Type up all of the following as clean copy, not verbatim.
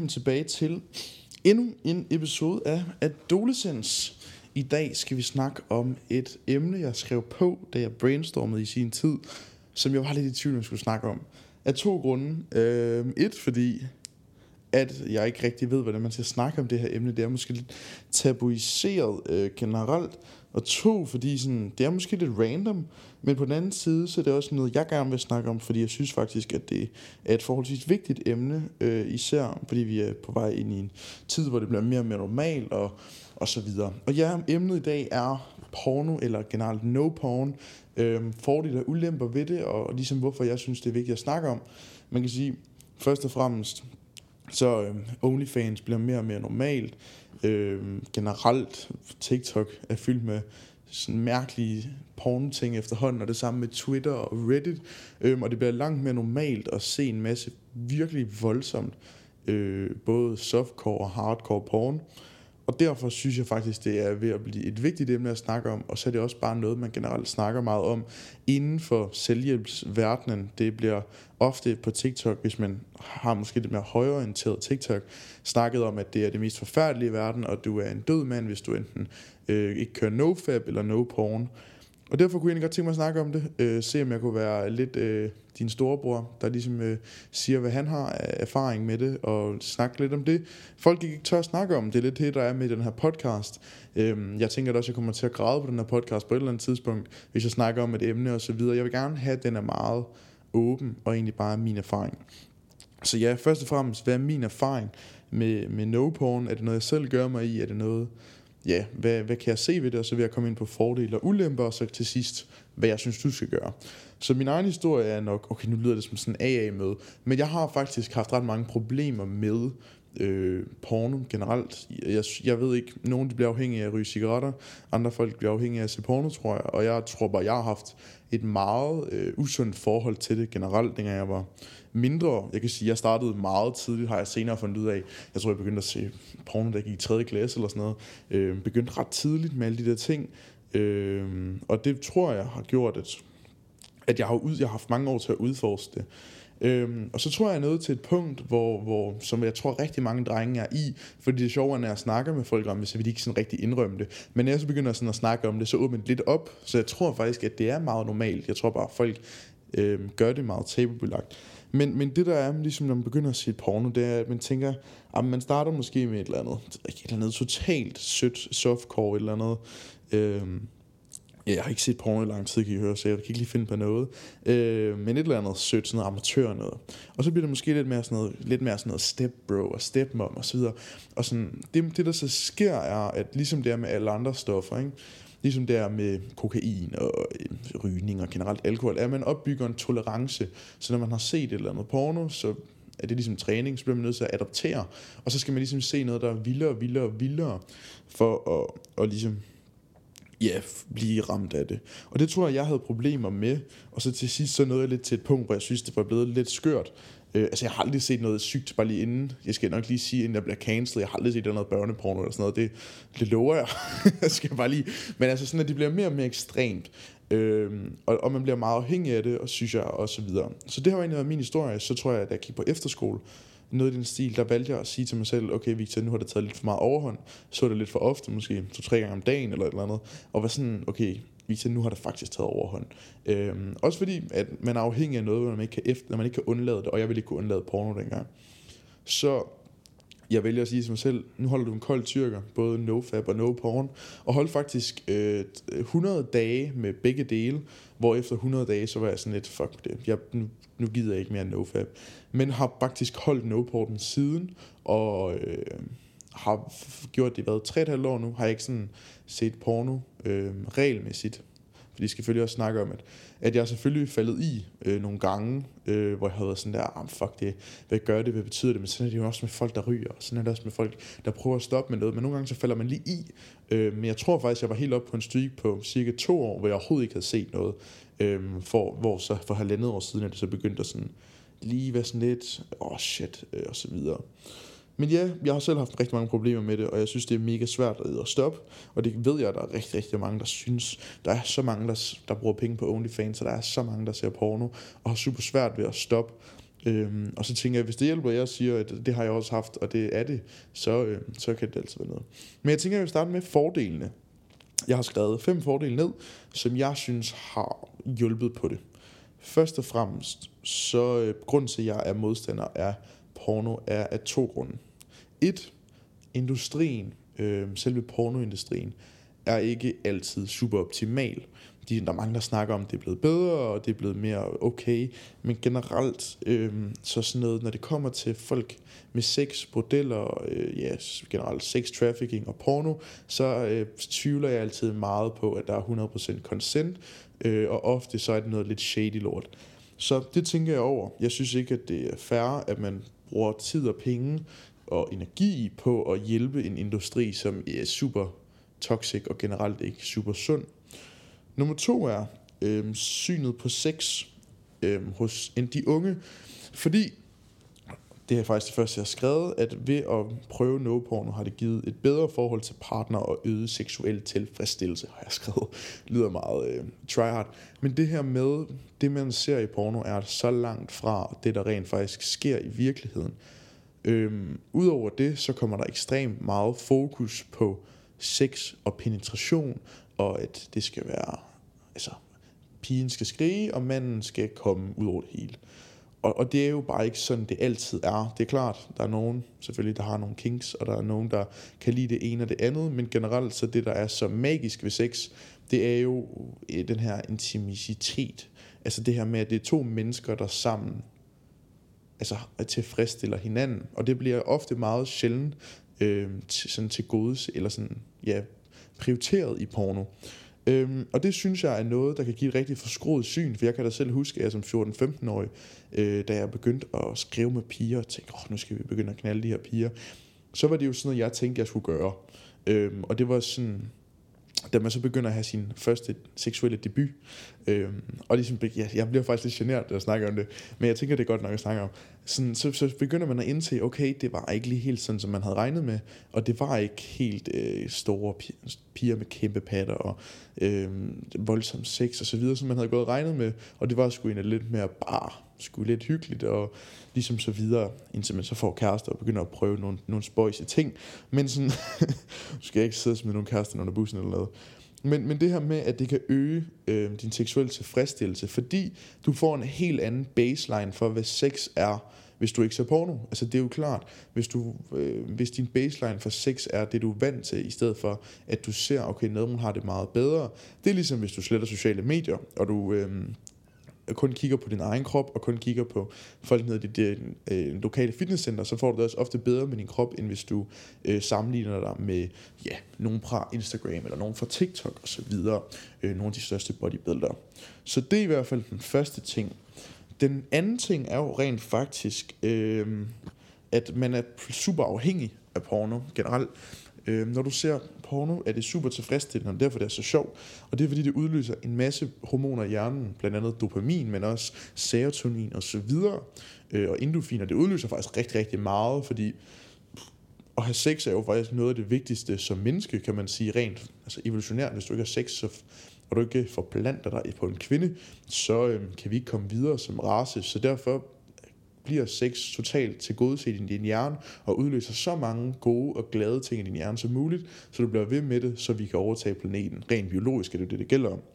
velkommen tilbage til endnu en episode af Adolescence. I dag skal vi snakke om et emne, jeg skrev på, da jeg brainstormede i sin tid, som jeg var lidt i tvivl, om jeg skulle snakke om. Af to grunde. Et, fordi at jeg ikke rigtig ved, hvordan man skal snakke om det her emne. Det er måske lidt tabuiseret generelt. Og to, fordi sådan, det er måske lidt random. Men på den anden side, så er det også noget, jeg gerne vil snakke om. Fordi jeg synes faktisk, at det er et forholdsvis vigtigt emne. Især fordi vi er på vej ind i en tid, hvor det bliver mere og mere normalt og så videre. Og ja, emnet i dag er porno, eller generelt no porn. Fordele og ulemper ved det, og ligesom hvorfor jeg synes, det er vigtigt at snakke om. Man kan sige, først og fremmest, så OnlyFans bliver mere og mere normalt. Generelt TikTok er fyldt med sådan mærkelige porno-ting efterhånden, og det samme med Twitter og Reddit. Og det bliver langt mere normalt at se en masse virkelig voldsomt både softcore og hardcore porn. Og derfor synes jeg faktisk, det er ved at blive et vigtigt emne at snakke om. Og så er det også bare noget, man generelt snakker meget om inden for selvhjælpsverdenen. Det bliver ofte på TikTok, hvis man har måske lidt mere højreorienteret TikTok, snakket om, at det er det mest forfærdelige i verden, og du er en død mand, hvis du enten ikke kører nofap eller no porn. Og derfor kunne jeg egentlig godt tænke mig at snakke om det. Se om jeg kunne være lidt din storebror, der ligesom siger, hvad han har af erfaring med det, og snakke lidt om det. Folk ikke tør at snakke om, det er lidt det, der er med den her podcast. Jeg tænker at også, jeg kommer til at græde på den her podcast på et eller andet tidspunkt, hvis jeg snakker om et emne og så videre. Jeg vil gerne have, at den er meget åben, og egentlig bare min erfaring. Så ja, først og fremmest, hvad er min erfaring med no porn? Er det noget, jeg selv gør mig i? Er det noget... Ja, hvad kan jeg se ved det? Og så vil jeg komme ind på fordele og ulemper, og så til sidst, hvad jeg synes, du skal gøre. Så min egen historie er nok, okay, nu lyder det som sådan en AA-møde, men jeg har faktisk haft ret mange problemer med porno generelt. Jeg ved ikke, nogen bliver afhængige af at ryge cigaretter, andre folk bliver afhængige af at se porno, tror jeg. Og jeg tror bare, jeg har haft et meget usundt forhold til det generelt, dengang jeg var mindre. Jeg kan sige, jeg startede meget tidligt, har jeg senere fundet ud af. Jeg tror, jeg begyndte at se porno, da jeg gik i 3. klasse eller sådan noget. Begyndte ret tidligt med alle de der ting. Og det tror jeg har gjort, at jeg har haft mange år til at udforske det. Og så tror jeg nået til et punkt, hvor som jeg tror rigtig mange drenge er i, fordi det er sjovere, når jeg snakker med folk om det, så vil de ikke sådan rigtig indrømme det. Men når jeg så begynder sådan at snakke om det, så åbner det lidt op. Så jeg tror faktisk, at det er meget normalt. Jeg tror bare, at folk gør det meget tabubelagt. Men det der er, ligesom når man begynder at se porno, det er, at man tænker, at man starter måske med et eller andet totalt sødt softcore, et eller andet. Jeg har ikke set porno i lang tid, kan I høre, så jeg kan ikke lige finde på noget. Men et eller andet sødt, sådan noget amatør noget. Og så bliver det måske lidt mere sådan noget stepbro og stepmom og så videre. Og sådan, det der så sker er, at ligesom det er med alle andre stoffer, ikke? Ligesom det er med kokain og rygning og generelt alkohol, er, at man opbygger en tolerance. Så når man har set et eller andet porno, så er det ligesom træning, så bliver man nødt til at adaptere. Og så skal man ligesom se noget, der er vildere for at ligesom... ja, blive ramt af det. Og det tror jeg havde problemer med. Og så til sidst så nåede jeg lidt til et punkt, hvor jeg synes, det var blevet lidt skørt. Jeg har aldrig set noget sygt bare lige inden. Jeg skal nok lige sige, inden jeg bliver cancelled. Jeg har aldrig set noget børneporno eller sådan noget. Det lover jeg. Jeg skal bare lige... Men altså sådan, at det bliver mere og mere ekstremt. Og man bliver meget afhængig af det, og synes jeg, og så videre. Så det har jo egentlig været min historie. Så tror jeg, at jeg gik på efterskole, noget i den stil, der valgte jeg at sige til mig selv, okay Victor, nu har det taget lidt for meget overhånd, så det lidt for ofte, måske 2-3 gange om dagen eller et eller andet, og var sådan, okay Victor, nu har det faktisk taget overhånd. Også fordi, at man er afhængig af noget, når man ikke kan undlade det, og jeg ville ikke kunne undlade porno dengang. Så jeg vælger at sige til mig selv, nu holder du en kold tyrker, både nofap og no porn, og hold faktisk 100 dage med begge dele, hvor efter 100 dage, så var jeg sådan lidt, fuck det, nu gider jeg ikke mere nofap. Men har faktisk holdt no porn siden, og har gjort det, 3,5 år nu, har jeg ikke sådan set porno regelmæssigt. Fordi jeg skal selvfølgelig også snakke om, at jeg selvfølgelig faldet i nogle gange, hvor jeg havde været sådan der, fuck det, hvad gør det, hvad betyder det? Men sådan er det jo også med folk, der ryger, og sådan er det også med folk, der prøver at stoppe med noget. Men nogle gange så falder man lige i. Men jeg tror faktisk, jeg var helt oppe på en streak på cirka 2 år, hvor jeg overhovedet ikke havde set noget. Hvor så for 1,5 år siden, at det så begyndte at sådan lige være sådan lidt, shit, og så videre. Men ja, jeg har selv haft rigtig mange problemer med det, og jeg synes, det er mega svært at stoppe. Og det ved jeg, der er rigtig, rigtig mange, der synes. Der er så mange, der bruger penge på OnlyFans, og der er så mange, der ser porno, og har super svært ved at stoppe. Og så tænker jeg, hvis det hjælper, jeg siger, at det har jeg også haft, og det er det, så kan det altid være noget. Men jeg tænker, at jeg vil starte med fordelene. Jeg har skrevet 5 fordele ned, som jeg synes har hjulpet på det. Først og fremmest, så grunden til, at jeg er modstander af porno, er af 2 grunde. 1. Industrien, selve pornoindustrien, er ikke altid super optimal. Der er mange, der snakker om, at det er blevet bedre, og det er blevet mere okay. Men generelt, så sådan noget, når det kommer til folk med sex, bordeller, generelt sex trafficking og porno, så tvivler jeg altid meget på, at der er 100% consent, og ofte så er det noget lidt shady lort. Så det tænker jeg over. Jeg synes ikke, at det er fair, at man bruger tid og penge og energi på at hjælpe en industri, som er super toxic og generelt ikke super sund. Nummer 2 er synet på sex hos de unge, fordi det er faktisk det første, jeg har skrevet, at ved at prøve no-porno har det givet et bedre forhold til partner og øget seksuel tilfredsstillelse, har jeg skrevet. Det lyder meget tryhard. Men det her med, det man ser i porno, er så langt fra det, der rent faktisk sker i virkeligheden. Udover det, så kommer der ekstremt meget fokus på sex og penetration, og at det skal være, pigen skal skrige, og manden skal komme ud over det hele. Og det er jo bare ikke sådan, det altid er. Det er klart, der er nogen, selvfølgelig, der har nogle kinks, og der er nogen, der kan lide det ene og det andet, men generelt så det, der er så magisk ved sex, det er jo den her intimitet. Altså det her med, at det er 2 mennesker, der sammen tilfredsstiller hinanden, og det bliver ofte meget sjældent sådan til godes, eller sådan, prioriteret i porno. Og det synes jeg er noget, der kan give et rigtig forskruet syn, for jeg kan da selv huske, at jeg som 14-15-årig, da jeg begyndte at skrive med piger, og tænkte, nu skal vi begynde at knalde de her piger, så var det jo sådan noget, jeg tænkte, jeg skulle gøre. Og det var sådan, da man så begynder at have sin første seksuelle debut, og ligesom, jeg bliver faktisk lidt genert, da jeg snakker om det, men jeg tænker, det er godt nok at snakke om. Sådan, så begynder man at indse, okay, det var ikke lige helt sådan, som man havde regnet med, og det var ikke helt store piger med kæmpe patter og voldsom sex og så videre, som man havde gået og regnet med, og det var sgu egentlig lidt mere bare, sgu lidt hyggeligt og ligesom så videre, indtil man så får kærester og begynder at prøve nogle spøjse ting, men sådan, du skal ikke sidde med nogle kærester under bussen eller noget. Men det her med, at det kan øge din seksuelle tilfredsstillelse, fordi du får en helt anden baseline for, hvad sex er, hvis du ikke ser porno. Altså det er jo klart, hvis din baseline for sex er det, du er vant til, i stedet for, at du ser, okay, nogen har det meget bedre. Det er ligesom, hvis du sletter sociale medier, og du kun kigger på din egen krop, og kun kigger på folk nede i det lokale fitnesscenter, så får du det også ofte bedre med din krop, end hvis du sammenligner dig med nogen fra Instagram, eller nogen fra TikTok og så videre, nogle af de største bodybuildere. Så det er i hvert fald den første ting. Den anden ting er jo rent faktisk, at man er super afhængig af porno generelt. Når du ser porno, er det super tilfredsstillende, og derfor det er så sjovt. Og det er fordi, det udløser en masse hormoner i hjernen, blandt andet dopamin, men også serotonin og så videre. Og endorfiner, det udløser faktisk rigtig, rigtig meget, fordi at have sex er jo faktisk noget af det vigtigste som menneske, kan man sige, rent evolutionært. Hvis du ikke har sex, og du ikke forplanter dig på en kvinde, så kan vi ikke komme videre som race. Så derfor bliver sex totalt tilgodeset i din hjerne, og udløser så mange gode og glade ting i din hjerne som muligt, så du bliver ved med det, så vi kan overtage planeten. Rent biologisk er det gælder om.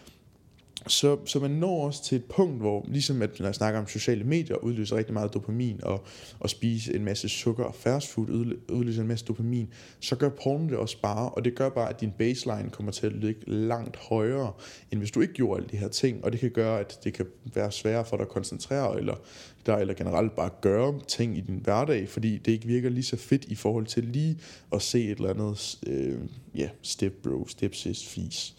Så man når også til et punkt, hvor ligesom at når jeg snakker om sociale medier, udløser rigtig meget dopamin, og spise en masse sukker og fast food udløser en masse dopamin, så gør porno det også bare, og det gør bare, at din baseline kommer til at ligge langt højere, end hvis du ikke gjorde alle de her ting, og det kan gøre, at det kan være sværere for dig at koncentrere, eller generelt bare gøre ting i din hverdag, fordi det ikke virker lige så fedt i forhold til lige at se et eller andet, step bro, step sis, fis.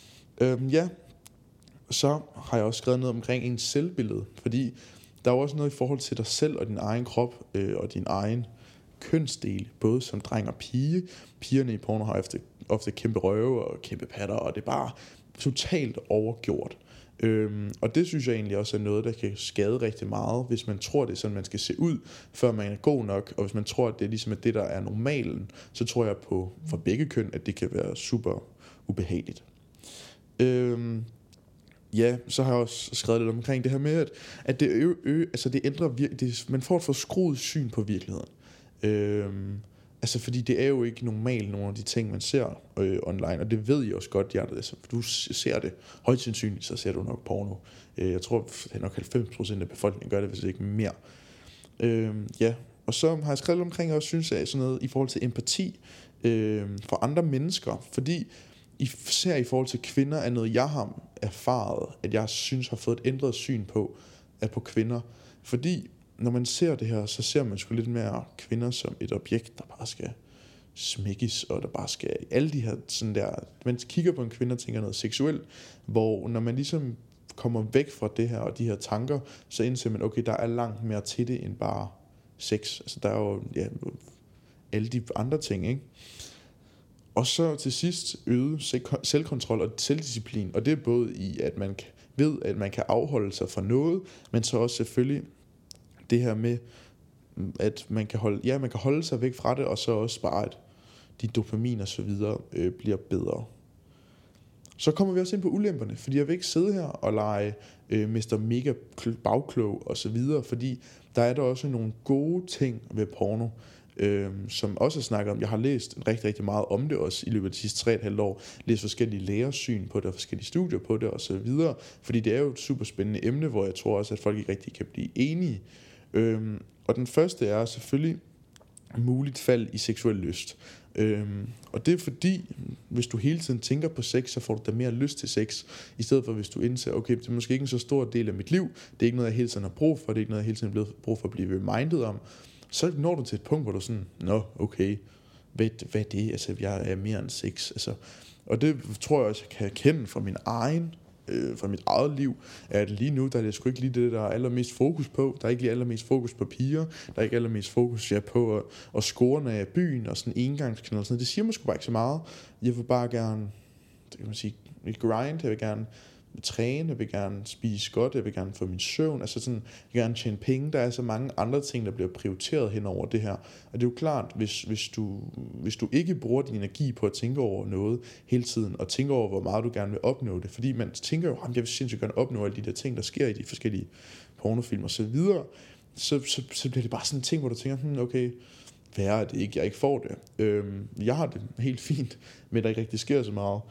Så har jeg også skrevet noget omkring ens selvbillede, fordi der er også noget i forhold til dig selv og din egen krop og din egen kønsdel, både som dreng og pige. Pigerne i porno har ofte kæmpe røve og kæmpe patter, og det er bare totalt overgjort. Og det synes jeg egentlig også er noget, der kan skade rigtig meget, hvis man tror, det er sådan, man skal se ud, før man er god nok, og hvis man tror, at det er ligesom det, der er normalen, så tror jeg på for begge køn, at det kan være super ubehageligt. ja, så har jeg også skrevet lidt omkring det her med, at det altså det ændrer man får et forskruet syn på virkeligheden. Altså fordi det er jo ikke normalt nogle af de ting man ser online, og det ved I også godt, altså, du ser det højst sandsynligt, så ser du nok porno. Jeg tror det er nok 90% af befolkningen gør det, hvis det ikke mere. Ja, og så har jeg skrevet omkring, og synes jeg sådan noget i forhold til empati for andre mennesker, fordi især i forhold til kvinder er noget jeg har erfaret, at jeg synes har fået et ændret syn på kvinder, fordi når man ser det her, så ser man sgu lidt mere kvinder som et objekt, der bare skal smækkes, og der bare skal alle de her sådan der, man kigger på en kvinde og tænker noget seksuelt, hvor når man ligesom kommer væk fra det her og de her tanker, så indser man, okay, der er langt mere til det end bare sex. Altså der er jo alle de andre ting, ikke? Og så til sidst øget selvkontrol og selvdisciplin, og det er både i, at man ved, at man kan afholde sig fra noget, men så også selvfølgelig det her med, at man kan holde sig væk fra det, og så også bare, at de dopamin og så videre bliver bedre. Så kommer vi også ind på ulemperne, fordi jeg vil ikke sidde her og lege Mr. Mega bagklog og så videre, fordi der er der også nogle gode ting ved porno, som også snakker om. Jeg har læst rigtig, rigtig meget om det også i løbet af de sidste 3,5 år, læst forskellige lærersyn på det, og forskellige studier på det og så videre, fordi det er jo et super spændende emne, hvor jeg tror også, at folk ikke rigtig kan blive enige. Og den første er selvfølgelig muligt fald i seksuel lyst. Og det er fordi, hvis du hele tiden tænker på sex, så får du da mere lyst til sex, i stedet for hvis du indser, okay, det er måske ikke en så stor del af mit liv, det er ikke noget jeg hele tiden har brug for, det er ikke noget jeg hele tiden har brug for at blive reminded om, så når du til et punkt, hvor du sådan, okay, hvad er det, altså jeg er mere end sex, altså. Og det tror jeg også, jeg kan erkende fra fra mit eget liv, at lige nu, der er det sgu ikke lige det, der er allermest fokus på. Der er ikke lige allermest fokus på piger. Der er ikke allermest fokus på at score af byen og sådan engangsknald og sådan noget. Det siger mig sgu bare ikke så meget. Jeg vil bare gerne, det kan man sige, grind. Jeg vil gerne træne, jeg vil gerne spise godt, jeg vil gerne få min søvn, altså sådan, jeg vil gerne tjene penge. Der er så mange andre ting, der bliver prioriteret hen over det her. Og det er jo klart, hvis du ikke bruger din energi på at tænke over noget hele tiden, og tænke over, hvor meget du gerne vil opnå det, fordi man tænker jo, jeg vil sindssygt gerne opnå alle de der ting, der sker i de forskellige pornofilm og så videre, så bliver det bare sådan en ting, hvor du tænker, okay, hvad er det ikke, jeg ikke får det. Jeg har det helt fint, men der ikke rigtig sker så meget.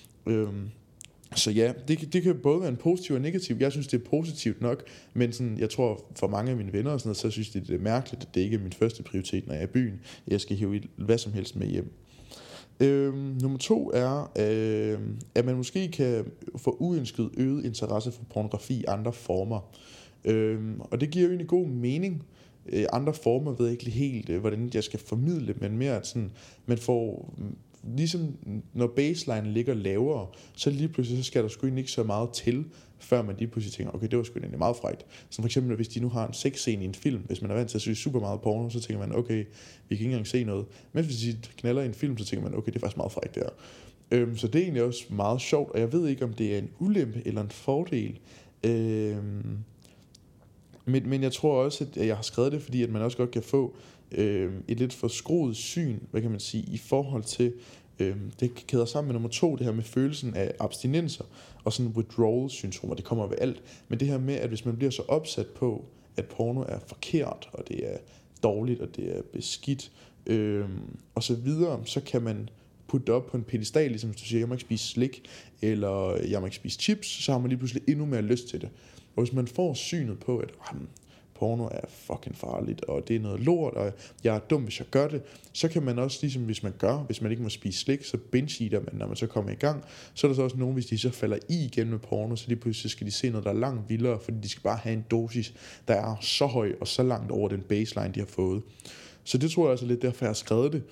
Så ja, det kan både være en positiv og negativ. Jeg synes det er positivt nok, men sådan, jeg tror for mange af mine venner og sådan noget, så synes de det er mærkeligt, at det ikke er min første prioritet, når jeg er i byen. Jeg skal hive hvad som helst med hjem. Nummer 2 er, at man måske kan få uønsket øget interesse for pornografi i andre former. Og det giver jo egentlig god mening. Andre former ved jeg ikke helt, hvordan jeg skal formidle, men mere at sådan, man får, ligesom når baseline ligger lavere, så lige pludselig så skal der sgu egentlig ikke så meget til, før man lige pludselig tænker, okay, det var sgu egentlig meget frækt. Som for eksempel, hvis de nu har en sexscene i en film, hvis man er vant til at se super meget porno, så tænker man, okay, vi kan ikke engang se noget. Men hvis de knaller i en film, så tænker man, okay, det er faktisk meget frækt der. Så det er egentlig også meget sjovt, og jeg ved ikke, om det er en ulempe eller en fordel. Men jeg tror også, at jeg har skrevet det, fordi at man også godt kan få et lidt forskruet syn, hvad kan man sige, i forhold til, det kæder sammen med nummer 2, det her med følelsen af abstinenser og sådan withdrawal-syndromer, det kommer ved alt. Men det her med, at hvis man bliver så opsat på, at porno er forkert, og det er dårligt, og det er beskidt, og så videre, så kan man putte det op på en pedestal, ligesom hvis du siger, jeg må ikke spise slik, eller jeg må ikke spise chips, så har man lige pludselig endnu mere lyst til det. Og hvis man får synet på, at porno er fucking farligt, og det er noget lort, og jeg er dum, hvis jeg gør det, så kan man også, ligesom hvis man ikke må spise slik, så binge-eater man, når man så kommer i gang. Så er der så også nogen, hvis de så falder i igen med porno, så lige pludselig skal de se noget, der er langt vildere, fordi de skal bare have en dosis, der er så høj, og så langt over den baseline, de har fået. Så det tror jeg altså lidt, derfor jeg har skrevet det.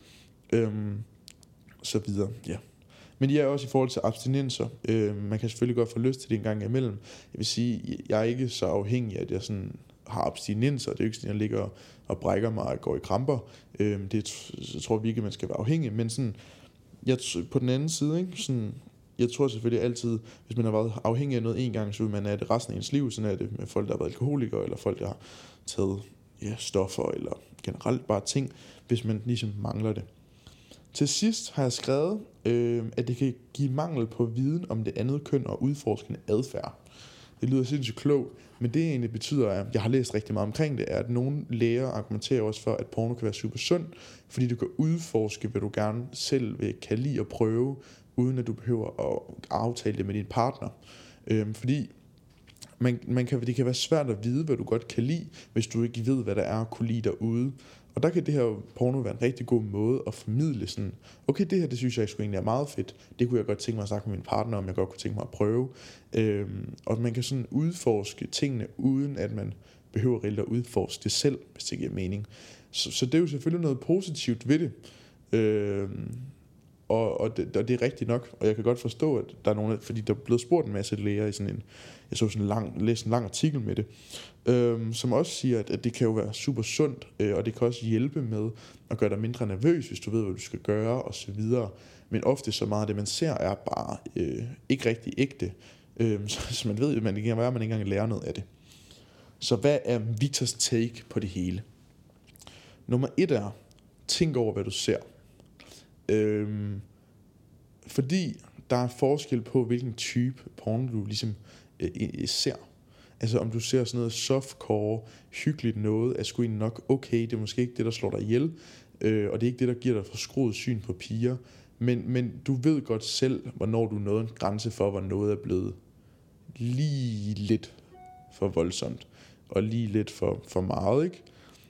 Så videre, ja. Men de er også i forhold til abstinenser. Man kan selvfølgelig godt få lyst til det en gang imellem. Jeg vil sige, jeg er ikke så afhængig af, at jeg sådan har abstinenser. Det er jo ikke sådan, jeg ligger og brækker mig og går i kramper. Jeg tror virkelig, man skal være afhængig. Men sådan, på den anden side, ikke? Sådan, jeg tror selvfølgelig altid, hvis man har været afhængig af noget en gang, så vil man have det resten af ens liv. Sådan er det med folk, der har været alkoholikere, eller folk, der har taget stoffer, eller generelt bare ting, hvis man ligesom mangler det. Til sidst har jeg skrevet, at det kan give mangel på viden om det andet køn og udforskende adfærd. Det lyder sindssygt klogt, men det egentlig betyder, at jeg har læst rigtig meget omkring det, er, at nogle læger argumenterer også for, at porno kan være super sund, fordi du kan udforske, hvad du gerne selv kan lide at prøve, uden at du behøver at aftale det med din partner. Fordi det kan være svært at vide, hvad du godt kan lide, hvis du ikke ved, hvad der er at kunne lide derude. Og der kan det her porno være en rigtig god måde at formidle sådan, okay, det her, det synes jeg sgu egentlig er meget fedt. Det kunne jeg godt tænke mig at snakke med min partner om, jeg godt kunne tænke mig at prøve. Og man kan sådan udforske tingene, uden at man behøver reelt at udforske det selv, hvis det giver mening. Så det er jo selvfølgelig noget positivt ved det. Og det er rigtigt nok, og jeg kan godt forstå, at der er nogen, fordi der er blevet spurgt en masse læger i sådan en, jeg så sådan læste en lang artikel med det, som også siger, at det kan jo være super sundt, og det kan også hjælpe med at gøre dig mindre nervøs, hvis du ved, hvad du skal gøre, og så videre. Men ofte så meget af det, man ser, er bare ikke rigtig ægte, så man ved, man ikke engang lærer noget af det. Så hvad er Victors take på det hele? Nummer 1 er, tænk over, hvad du ser. Fordi der er forskel på, hvilken type porno du ligesom ser. Altså om du ser sådan noget softcore, hyggeligt noget, er sgu egentlig nok okay. Det er måske ikke det, der slår dig ihjel, og det er ikke det, der giver dig forskruet syn på piger. Men du ved godt selv, hvornår du nåede en grænse for, hvor noget er blevet lige lidt for voldsomt, og lige lidt for meget, ikke?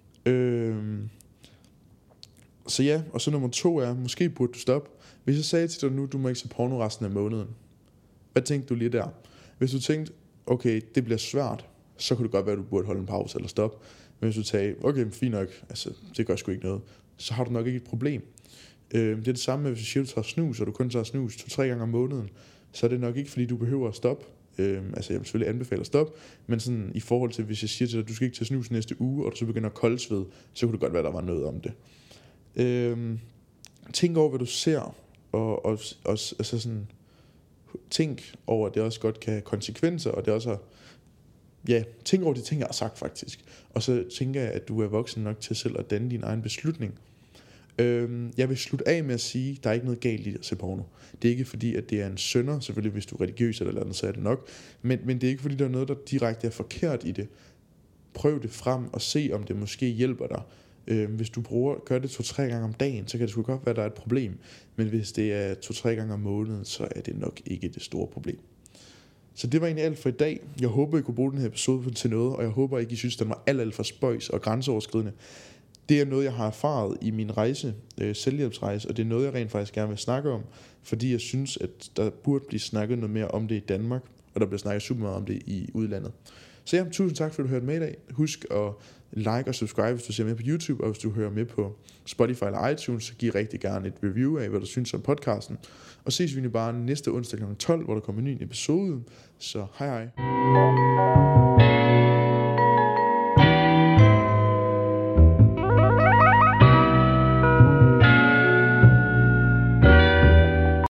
Så ja, og så nummer 2 er, måske burde du stoppe. Hvis jeg sagde til dig nu, du må ikke se porno resten af måneden, hvad tænkte du lige der? Hvis du tænkte, okay, det bliver svært, så kunne det godt være, at du burde holde en pause eller stoppe. Men hvis du sagde, okay, fint nok, altså, det gør sgu ikke noget, så har du nok ikke et problem. Det er det samme med, hvis du siger, du tager snus, og du kun tager snus 2-3 gange om måneden, så er det nok ikke, fordi du behøver at stoppe. Altså jeg vil selvfølgelig anbefale at stoppe, men sådan i forhold til, hvis jeg siger til dig, at du skal ikke tage snus næste uge, og du så begynder at koldsvede, så kunne det godt være, at der var noget om det. Tænk over, hvad du ser, og altså sådan, tænk over, at det også godt kan have konsekvenser, og det også har, ja, tænk over de ting, jeg har sagt faktisk. Og så tænker jeg, at du er voksen nok til selv at danne din egen beslutning. Jeg vil slutte af med at sige, at der er ikke noget galt i at se porno. Det er ikke fordi, at det er en synder, selvfølgelig hvis du er religiøs eller andet, så er det nok. Men det er ikke fordi, der er noget, der direkte er forkert i det. Prøv det frem og se, om det måske hjælper dig. Hvis du gør det 2-3 gange om dagen, så kan det sgu godt være, at der er et problem. Men hvis det er 2-3 gange om måneden, så er det nok ikke det store problem. Så det var egentlig alt for i dag. Jeg håber, I kunne bruge den her episode til noget, og jeg håber ikke, I synes, den var alt for spøjs og grænseoverskridende. Det er noget, jeg har erfaret i min rejse, selvhjælpsrejse, og det er noget, jeg rent faktisk gerne vil snakke om, fordi jeg synes, at der burde blive snakket noget mere om det i Danmark, og der bliver snakket super meget om det i udlandet. Så ja, tusind tak, fordi du hørte med i dag. Husk at like og subscribe, hvis du ser med på YouTube, og hvis du hører med på Spotify eller iTunes, så giv rigtig gerne et review af, hvad du synes om podcasten. Og ses vi bare næste onsdag kl. 12, hvor der kommer en ny episode. Så hej hej.